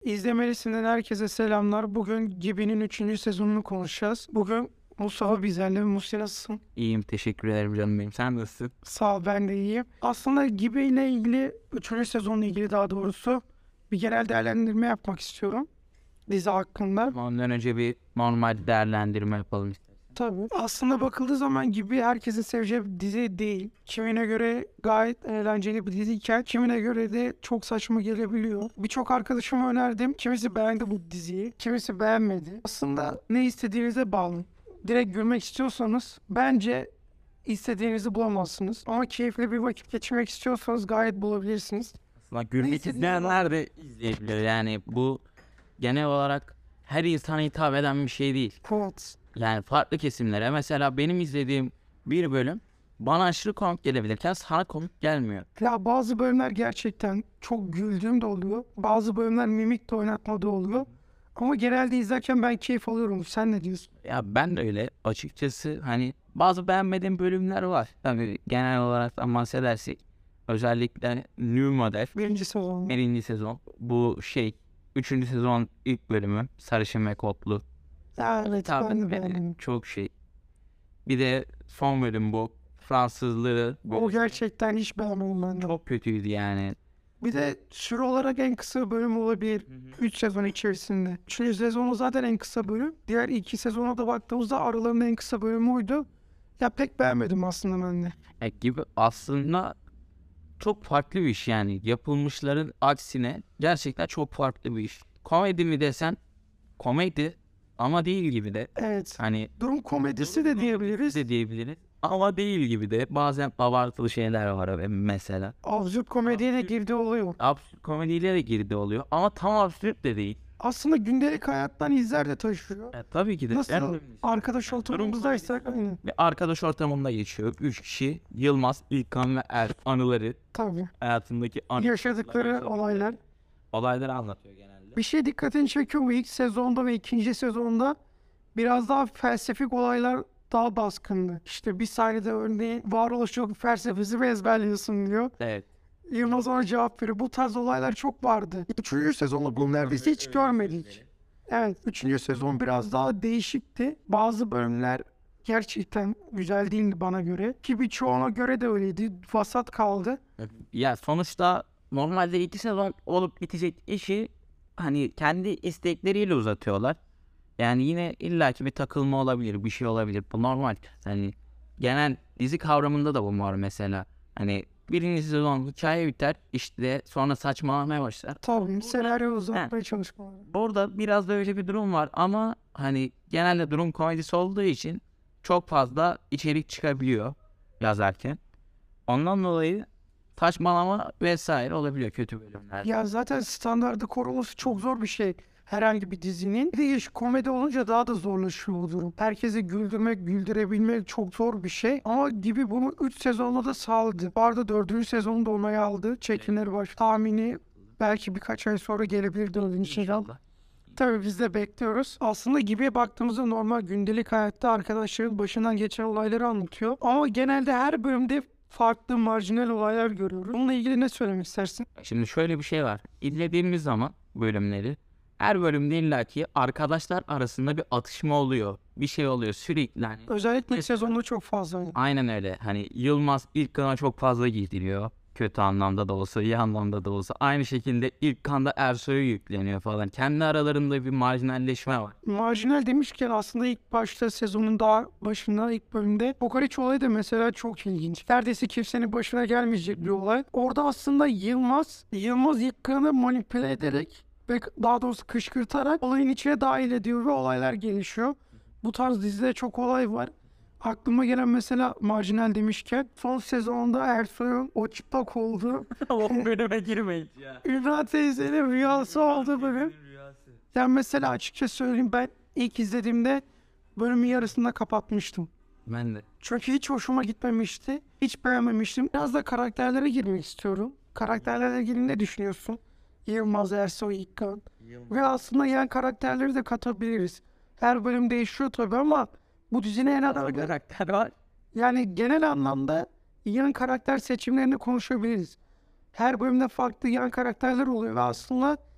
İzlemelisinden herkese selamlar. Bugün Gibi'nin 3. sezonunu konuşacağız. Bugün Mustafa bizlerle. Mustafa nasılsın? İyiyim, teşekkür ederim canım benim. Sen nasılsın? Sağ ol, ben de iyiyim. Aslında Gibi ile ilgili, 3. sezonla ilgili daha doğrusu bir genel değerlendirme yapmak istiyorum. Dizi hakkında. Ondan önce bir normal değerlendirme yapalım istersen. Tabii. Aslında bakıldığı zaman Gibi herkesin seveceği bir dizi değil. Kimine göre gayet eğlenceli bir diziyken kimine göre de çok saçma gelebiliyor. Birçok arkadaşıma önerdim. Kimisi beğendi bu diziyi, kimisi beğenmedi. Aslında ne istediğinize bağlı. Direkt gülmek istiyorsanız bence istediğinizi bulamazsınız. Ama keyifli bir vakit geçirmek istiyorsanız gayet bulabilirsiniz. Aslında gülmek Neyse, isteyenler de izleyebilir. Yani bu genel olarak her insana hitap eden bir şey değil. Evet. Yani farklı kesimlere. Mesela benim izlediğim bir bölüm bana aşırı komik gelebilirken sana komik gelmiyor. Ya bazı bölümler gerçekten çok güldüğüm de oluyor. Bazı bölümler mimik de oynatma da oluyor. Ama genelde izlerken ben keyif alıyorum. Sen ne diyorsun? Ya ben de öyle açıkçası hani bazı beğenmediğim bölümler var. Tabii genel olarak bahsedersek özellikle New Model Birinci sezon. birinci sezon bu üçüncü sezon ilk bölümü sarışın ve kotlu. Ya evet, Tabii ben de beni beğendim. çok bir de son bölüm bu Fransızlığı O gerçekten hiç beğenmedim ben de. çok kötüydü yani. Bir de süre olarak en kısa bölüm olabilir. 3 sezon içerisinde. 3. sezonu zaten en kısa bölüm. Diğer 2 sezona da baktığımızda aralarında en kısa bölümü oydu. Ya pek beğenmedim aslında ben de. Gibi aslında çok farklı bir iş yani yapılmışların aksine gerçekten çok farklı bir iş. Komedi mi desen komedi ama değil gibi de Evet. hani Durum komedisi de diyebiliriz. de diyebiliriz ama değil gibi de bazen abartılı şeyler var mesela. Absürt komediye de girdi oluyor. Absürt komediyle de girdi oluyor ama tam absürt de değil. Aslında gündelik hayattan izler de taşıyor. Tabii ki de. Nasıl arkadaş ortamımızdaysak komedisi. aynı. Bir arkadaş ortamında geçiyor. 3 kişi Yılmaz, İlkan ve anıları Tabii. hayatındaki Yaşadıkları olaylar. olayları anlatıyor genelde. Bir şey dikkatini çekiyor mu? İlk sezonda ve 2. sezonda biraz daha felsefik olaylar daha baskındı. İşte bir sahnede örneğin varoluş yok felsefesi ve ezberliyorsun diyor. Evet. Yılmaz ona cevap veriyor. Bu tarz olaylar çok vardı. 3. sezonda bunu neredeyse hiç görmedik. Evet, 3. sezon biraz daha değişikti. Bazı bölümler gerçekten güzel değildi bana göre. Ki birçoğuna göre de öyleydi. Vasat kaldı. Ya sonuçta normalde 2 sezon olup bitecek işi hani kendi istekleriyle uzatıyorlar. Yani yine illaki bir takılma olabilir, bir şey olabilir. Bu normal. Hani genel dizi kavramında da bu var mesela. Hani birinci sezon hikaye biter, işte sonra saçmalamaya başlar. Tabii senaryo uzatmaya çalışmaları. Burada biraz da öyle bir durum var ama hani genelde durum komedisi olduğu için çok fazla içerik çıkabiliyor yazarken. Ondan dolayı saçmalama vesaire olabiliyor kötü bölümler. Ya zaten standardı koruması çok zor bir şey. Herhangi bir dizinin. Bir de iş komedi olunca daha da zorlaşıyor bu durum. Herkesi güldürmek, güldürebilmek çok zor bir şey. Ama Gibi bunu 3 sezonda da sağladı. Bu arada 4. sezonda onayı aldı. Çekimleri baş. Tahmini belki birkaç ay sonra gelebilir 4. sezon. İnşallah. Tabii biz de bekliyoruz. Aslında Gibi'ye baktığımızda normal gündelik hayatta arkadaşların başından geçen olayları anlatıyor. Ama genelde her bölümde farklı marjinal olaylar görüyoruz. Bununla ilgili ne söylemek istersin? Şimdi şöyle bir şey var. İzlediğimiz zaman bölümleri her bölümde illaki arkadaşlar arasında bir atışma oluyor. Bir şey oluyor sürekli hani. Özellikle ilk sezonda çok fazla. Aynen öyle. Hani Yılmaz İlkan'a çok fazla giydiriyor. Kötü anlamda da olsa, iyi anlamda da olsa. Aynı şekilde İlkan'da Ersoy'a yükleniyor falan. Kendi aralarında bir marjinalleşme var. Marjinal demişken aslında ilk başta sezonun daha başında ilk bölümde Kokoreç olayı da mesela çok ilginç. Neredeyse kimsenin başına gelmeyecek bir olay. Orada aslında Yılmaz İlkan'ı manipüle ederek ve daha doğrusu kışkırtarak olayın içine dahil ediyor ve olaylar gelişiyor. Bu tarz dizide çok olay var. Aklıma gelen mesela marjinal demişken son sezonda Ersoy'un o çıplak olduğu O bölüme girmeyin ya. Ümran teyzenin rüyası oldu bölüm. Yani mesela açıkça söyleyeyim ben ilk izlediğimde bölümün yarısında kapatmıştım. Ben de. Çünkü hiç hoşuma gitmemişti. Hiç beğenmemiştim. Biraz da karakterlere girmek istiyorum. Karakterlerle ilgili ne düşünüyorsun? Yılmaz, Ersoy, İlkan. Ve aslında yan karakterleri de katabiliriz. Her bölüm değişiyor tabii ama bu dizinin en azından Karakter var. yani genel anlamda yan karakter seçimlerini konuşabiliriz. Her bölümde farklı yan karakterler oluyor ve aslında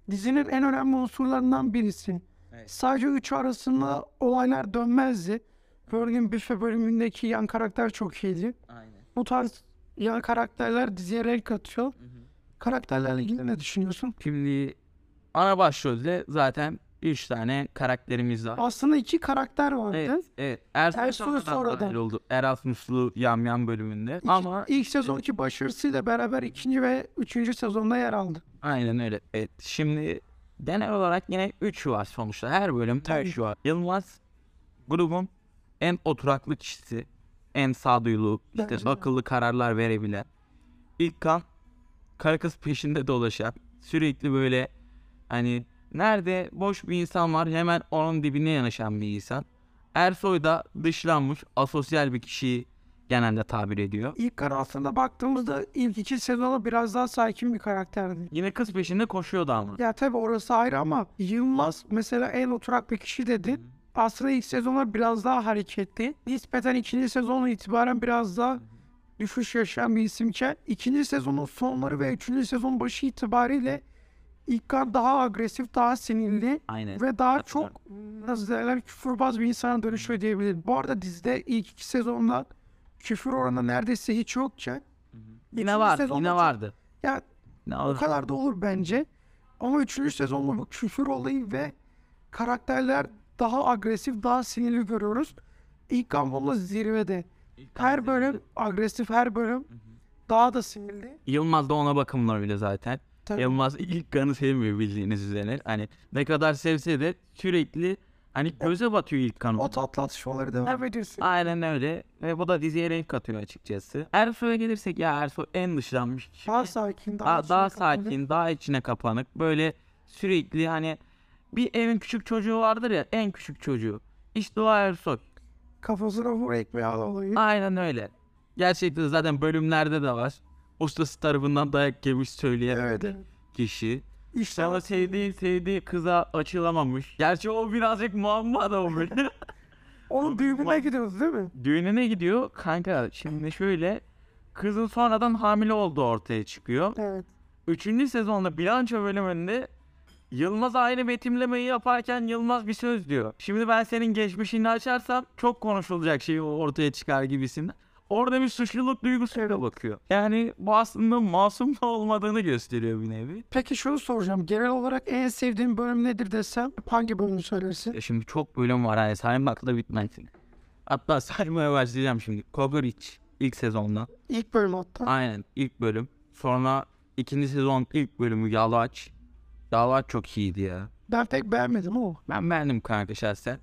dizinin en önemli unsurlarından birisi. Evet. Sadece üçü arasında olaylar dönmezdi. Örneğin Büfe bölümündeki yan karakter çok iyiydi. Aynen. Bu tarz yan karakterler diziye renk katıyor. Karakterlerle ilgili ne düşünüyorsun? Şimdi ana başrolde zaten 3 tane karakterimiz var. Aslında iki karakter vardı. Evet. Ersoy Ersoy sonradan. dahil oldu. Erasmuslu Yamyam bölümünde. Ama İlk sezonki başarısıyla beraber ikinci ve üçüncü sezonda yer aldı. aynen öyle. Evet. Şimdi genel olarak yine 3 var sonuçta. Her bölüm her şu var. Yılmaz grubun en oturaklı kişisi. En sağduyulu, işte Bence de. akıllı kararlar verebilen. İlkan karı kız peşinde dolaşan, sürekli böyle hani nerede boş bir insan var hemen onun dibine yanaşan bir insan. Ersoy da dışlanmış, asosyal bir kişiyi genelde tabir ediyor. İlk aslında baktığımızda ilk iki sezonu biraz daha sakin bir karakterdi. Yine kız peşinde koşuyordu ama. Ya tabii orası ayrı ama Yılmaz mesela en oturak bir kişi dedi. Aslında ilk sezonlar biraz daha hareketli. Nispeten ikinci sezonun itibaren biraz daha düşüş yaşayan bir isimken ikinci sezonun sonları ve üçüncü sezon başı itibariyle İlkan daha agresif, daha sinirli Aynen. ve daha çok nasıl derler küfürbaz bir insana dönüşüyor diyebilirim. Bu arada dizide ilk iki sezonda küfür oranı neredeyse hiç yokken Yine üçüncü vardı, sezonda yine çok- vardı. Ya Ne o olur. kadar da olur bence. Ama üçüncü sezonda bu küfür olayı ve karakterler daha agresif, daha sinirli görüyoruz. İlk bununla zirvede. Her bölüm agresif, her bölüm daha da sinirli. Yılmaz da ona bakımlar bile zaten. Tabii. Yılmaz ilk kanı sevmiyor bildiğiniz üzere. Hani ne kadar sevse de sürekli hani göze batıyor ilk kanı. O tatlı atışmaları devam ediyorsun. Aynen öyle. Ve bu da diziye renk katıyor açıkçası. Ersoy'a gelirsek ya Ersoy en dışlanmış kişi. Daha sakin, Daha içine kapalı. sakin, daha içine kapanık. Böyle sürekli hani bir evin küçük çocuğu vardır ya, en küçük çocuğu. İşte o Ersoy. Kafasına vur ekmeği al olayı. Aynen öyle. Gerçekten zaten bölümlerde de var. Ustası tarafından dayak yemiş söyleyen Evet. kişi. İşte Ama sevdiği kıza açılamamış. Gerçi o birazcık muamma da o böyle. onun düğününe gidiyoruz değil mi? Düğününe gidiyor. Kanka şimdi şöyle. Kızın sonradan hamile olduğu ortaya çıkıyor. Evet. 3. sezonda bilanço bölümünde Yılmaz aynı betimlemeyi yaparken Yılmaz bir söz diyor. Şimdi ben senin geçmişini açarsam çok konuşulacak şey ortaya çıkar gibisinden. Orada bir suçluluk duygusuyla bakıyor. Yani bu aslında masum da olmadığını gösteriyor bir nevi. Peki şunu soracağım. Genel olarak en sevdiğin bölüm nedir desem hangi bölümü söylersin? Ya şimdi çok bölüm var hani saymakla bitmez. Hatta saymaya başlayacağım şimdi. Kokoreç ilk sezonda. İlk bölüm hatta. Aynen ilk bölüm. Sonra 2. sezon ilk bölümü Yalaç. Yalaç çok iyiydi ya. Ben pek beğenmedim ama. Ben beğendim kanka şahsen.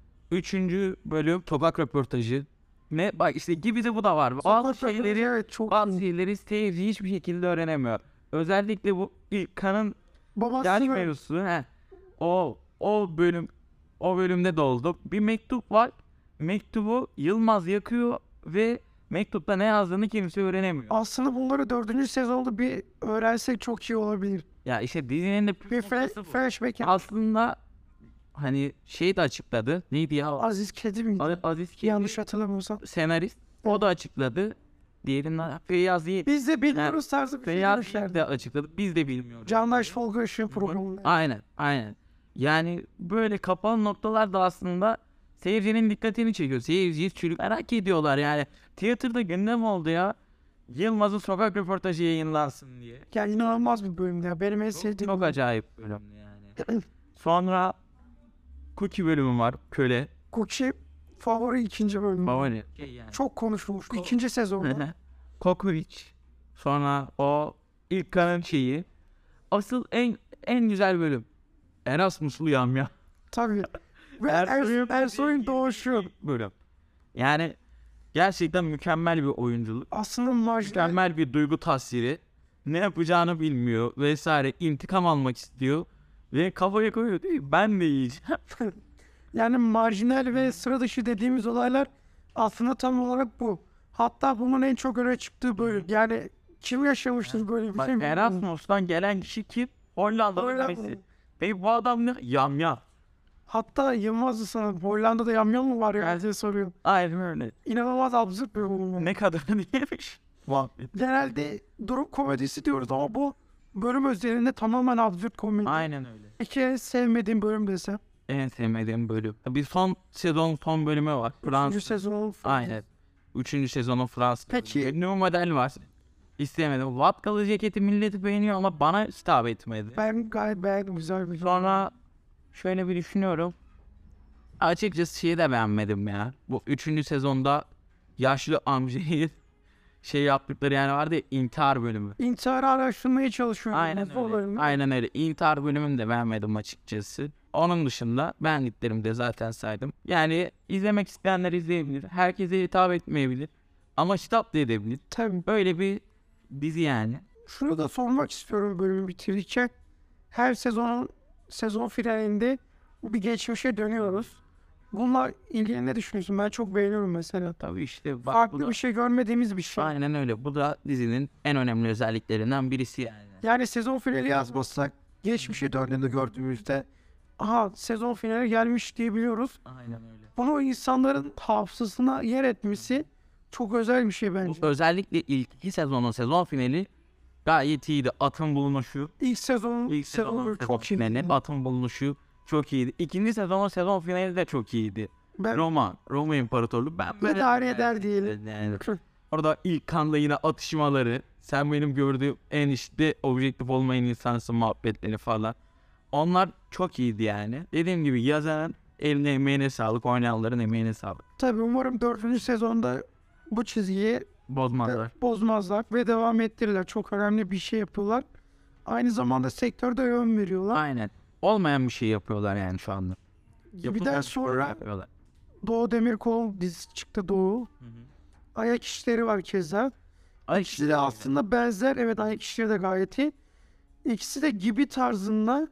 3. bölüm Toprak Röportajı. Ne bak işte gibi de bu da var. Evet çok Bazı şeyleri seyirci hiçbir şekilde öğrenemiyor. Özellikle bu ilk kanın babası yaş ve- mevzusu. O bölümde de oldu. Bir mektup var. Mektubu Yılmaz yakıyor ve mektupta ne yazdığını kimse öğrenemiyor. aslında bunları dördüncü sezonda bir öğrensek çok iyi olabilir. Ya işte dizinin de püf Bir noktası bu. flashback yap. Aslında hani şey de açıkladı. Neydi ya? Aziz Kedi miydi? Aziz Kedi, Yanlış hatırlamıyorsam. senarist. O da açıkladı. Diğerinden Feyyaz Yiğit. Biz de bilmiyoruz tarzı bir şey Feyyaz demişlerdi. Yiğit de açıkladı. Biz de bilmiyoruz. Candaş Tolga Işık'ın programında. Aynen. Yani böyle kapalı noktalar da aslında seyircinin dikkatini çekiyor. Seyirciyi çürük merak ediyorlar yani. Tiyatroda gündem oldu ya. Yılmaz'ın sokak röportajı yayınlansın diye. Yani inanılmaz bir bölümdü ya. Benim en sevdiğim Çok bölüm. acayip bölümdü yani. Sonra Cookie bölümü var. Köle. Cookie favori ikinci bölüm. Favori. Yani. Çok konuşulmuş. İkinci sezonda. Kokoreç. Sonra o ilk kanın şeyi. Asıl en güzel bölüm. Erasmuslu Yamya. Tabii. Ve Ersoy'un doğuşu. Bölüm. Yani gerçekten mükemmel bir oyunculuk. Aslında marjinal. Mükemmel bir duygu tasviri. Ne yapacağını bilmiyor vesaire. İntikam almak istiyor. Ve kafaya koyuyor değil mi? Ben de yiyeceğim. Yani marjinal ve sıra dışı dediğimiz olaylar aslında tam olarak bu. Hatta bunun en çok öne çıktığı bölüm. Yani kim yaşamıştır böyle bir Bak, şey? Erasmus'tan gelen kişi kim? Hollandalı Hollanda. Messi. Ve bu adam ne? Yamya. Hatta Yılmaz'dı sanırım. Hollanda'da yamyam mı var ya diye soruyorum. Aynen öyle. İnanılmaz absürt bir bölüm. Ne kadar diyemiş. Muhabbet. Genelde durum komedisi diyoruz ama bu bölüm özelinde tamamen absürt komedi. Aynen öyle. Peki en sevmediğim bölüm desem? En sevmediğim bölüm. Bir son sezon son bölümü var. Üçüncü sezon. Aynen. 3. sezonun Fransız. Peki. New model var. İstemedim. Vatkalı ceketi milleti beğeniyor ama bana hitap etmedi. Ben gayet beğendim, güzel bir film. Sonra şöyle bir düşünüyorum. Açıkçası şeyi de beğenmedim ya. Bu 3. sezonda yaşlı amcayı şey yaptıkları yani vardı ya, intihar bölümü. İntiharı araştırmaya çalışıyorum. Aynen O öyle. bölümü. Aynen öyle. İntihar bölümünü de beğenmedim açıkçası. Onun dışında beğendiklerimi de zaten saydım. Yani izlemek isteyenler izleyebilir. Herkese hitap etmeyebilir. Ama hitap da edebilir. Tabii. Böyle bir dizi yani. Şunu da sormak istiyorum bölümü bitirirken. Her sezon finalinde bir geçmişe dönüyoruz. Bununla ilgili ne düşünüyorsun? Ben çok beğeniyorum mesela. Tabii işte bak bu Farklı da- bir şey, görmediğimiz bir şey. Aynen öyle. Bu da dizinin en önemli özelliklerinden birisi yani. Yani sezon finali yazmazsak geçmişe döndüğünde gördüğümüzde aha sezon finali gelmiş diyebiliyoruz. Aynen öyle. Bunu insanların hafızasına yer etmesi çok özel bir şey Bu bence. özellikle ilk 2 sezonun sezon finali gayet iyiydi. Atın bulunuşu. İlk sezonun İlk sezonun çok finali. iyiydi. Atın bulunuşu çok iyiydi. İkinci sezonun sezon finali de çok iyiydi. Ben Roma İmparatorluğu ben idare eder diyelim. yani. Orada ilk kanda yine atışmaları, sen benim gördüğüm en işte objektif olmayan insansın muhabbetleri falan. Onlar çok iyiydi yani. Dediğim gibi yazanın eline emeğine sağlık, oynayanların emeğine sağlık. Tabii umarım 4. sezonda bu çizgiyi Bozmazlar. bozmazlar ve devam ettirirler. Çok önemli bir şey yapıyorlar. Aynı zamanda sektörde yön veriyorlar. Aynen. Olmayan bir şey yapıyorlar yani şu anda. Bir daha sonra yapıyorlar. Doğu Demirkol'un dizisi çıktı, Doğu. Ayak İşleri var keza. Ay İkisi de aslında benzer. Evet, Ayak İşleri de gayet iyi. İkisi de gibi tarzında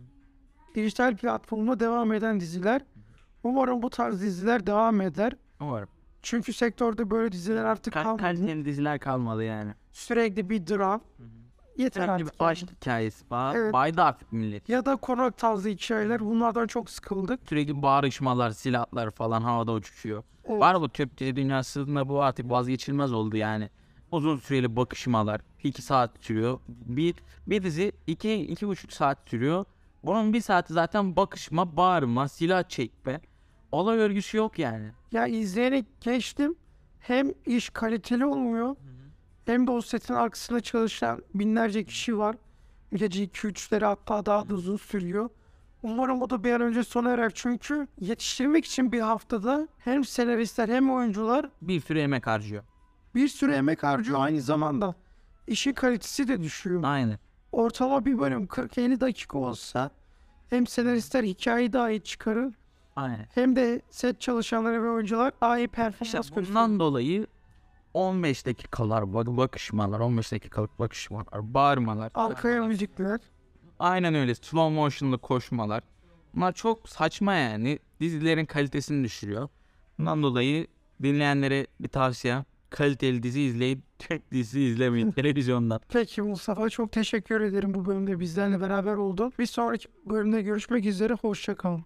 dijital platformda devam eden diziler. Umarım bu tarz diziler devam eder. Umarım. Çünkü sektörde böyle diziler artık kalmadı. Kaliteli diziler kalmadı yani. Sürekli bir dram. Yeter Sürekli artık. bir aşk hikayesi falan. Evet. Baydı artık millet. Ya da konak tarzı hikayeler. Bunlardan çok sıkıldık. Sürekli bağırışmalar, silahlar falan havada uçuşuyor. Evet. Var bu Türk dizi dünyasında bu artık vazgeçilmez oldu yani. Uzun süreli bakışmalar 2 saat sürüyor. Bir dizi 2,5 saat sürüyor. Bunun 1 saati zaten bakışma, bağırma, silah çekme. Olay örgüsü yok yani. Ya izleyerek geçtim. Hem iş kaliteli olmuyor. Hem de o setin arkasında çalışan binlerce kişi var. Gece 2-3'leri hatta daha da uzun sürüyor. Umarım o da bir an önce sona erer. Çünkü yetiştirmek için bir haftada hem senaristler hem oyuncular Bir sürü emek harcıyor. bir sürü emek harcıyor aynı zamanda. İşin kalitesi de düşüyor. Aynen. Ortalama bir bölüm 40-50 dakika olsa hem senaristler hikayeyi daha iyi çıkarır Aynen. hem de set çalışanları ve oyuncular daha iyi performans İşte gösterir. bundan dolayı 15 dakikalar bakışmalar, 15 dakikalık bakışmalar, bağırmalar. Arkaya müzikler. Aynen öyle. Slow motion'lı koşmalar. Bunlar çok saçma yani. Dizilerin kalitesini düşürüyor. Bundan dolayı dinleyenlere bir tavsiye. Kaliteli dizi izleyip tek dizi izlemeyin televizyondan. Peki Mustafa, çok teşekkür ederim bu bölümde bizlerle beraber oldun. Bir sonraki bölümde görüşmek üzere. Hoşça kalın.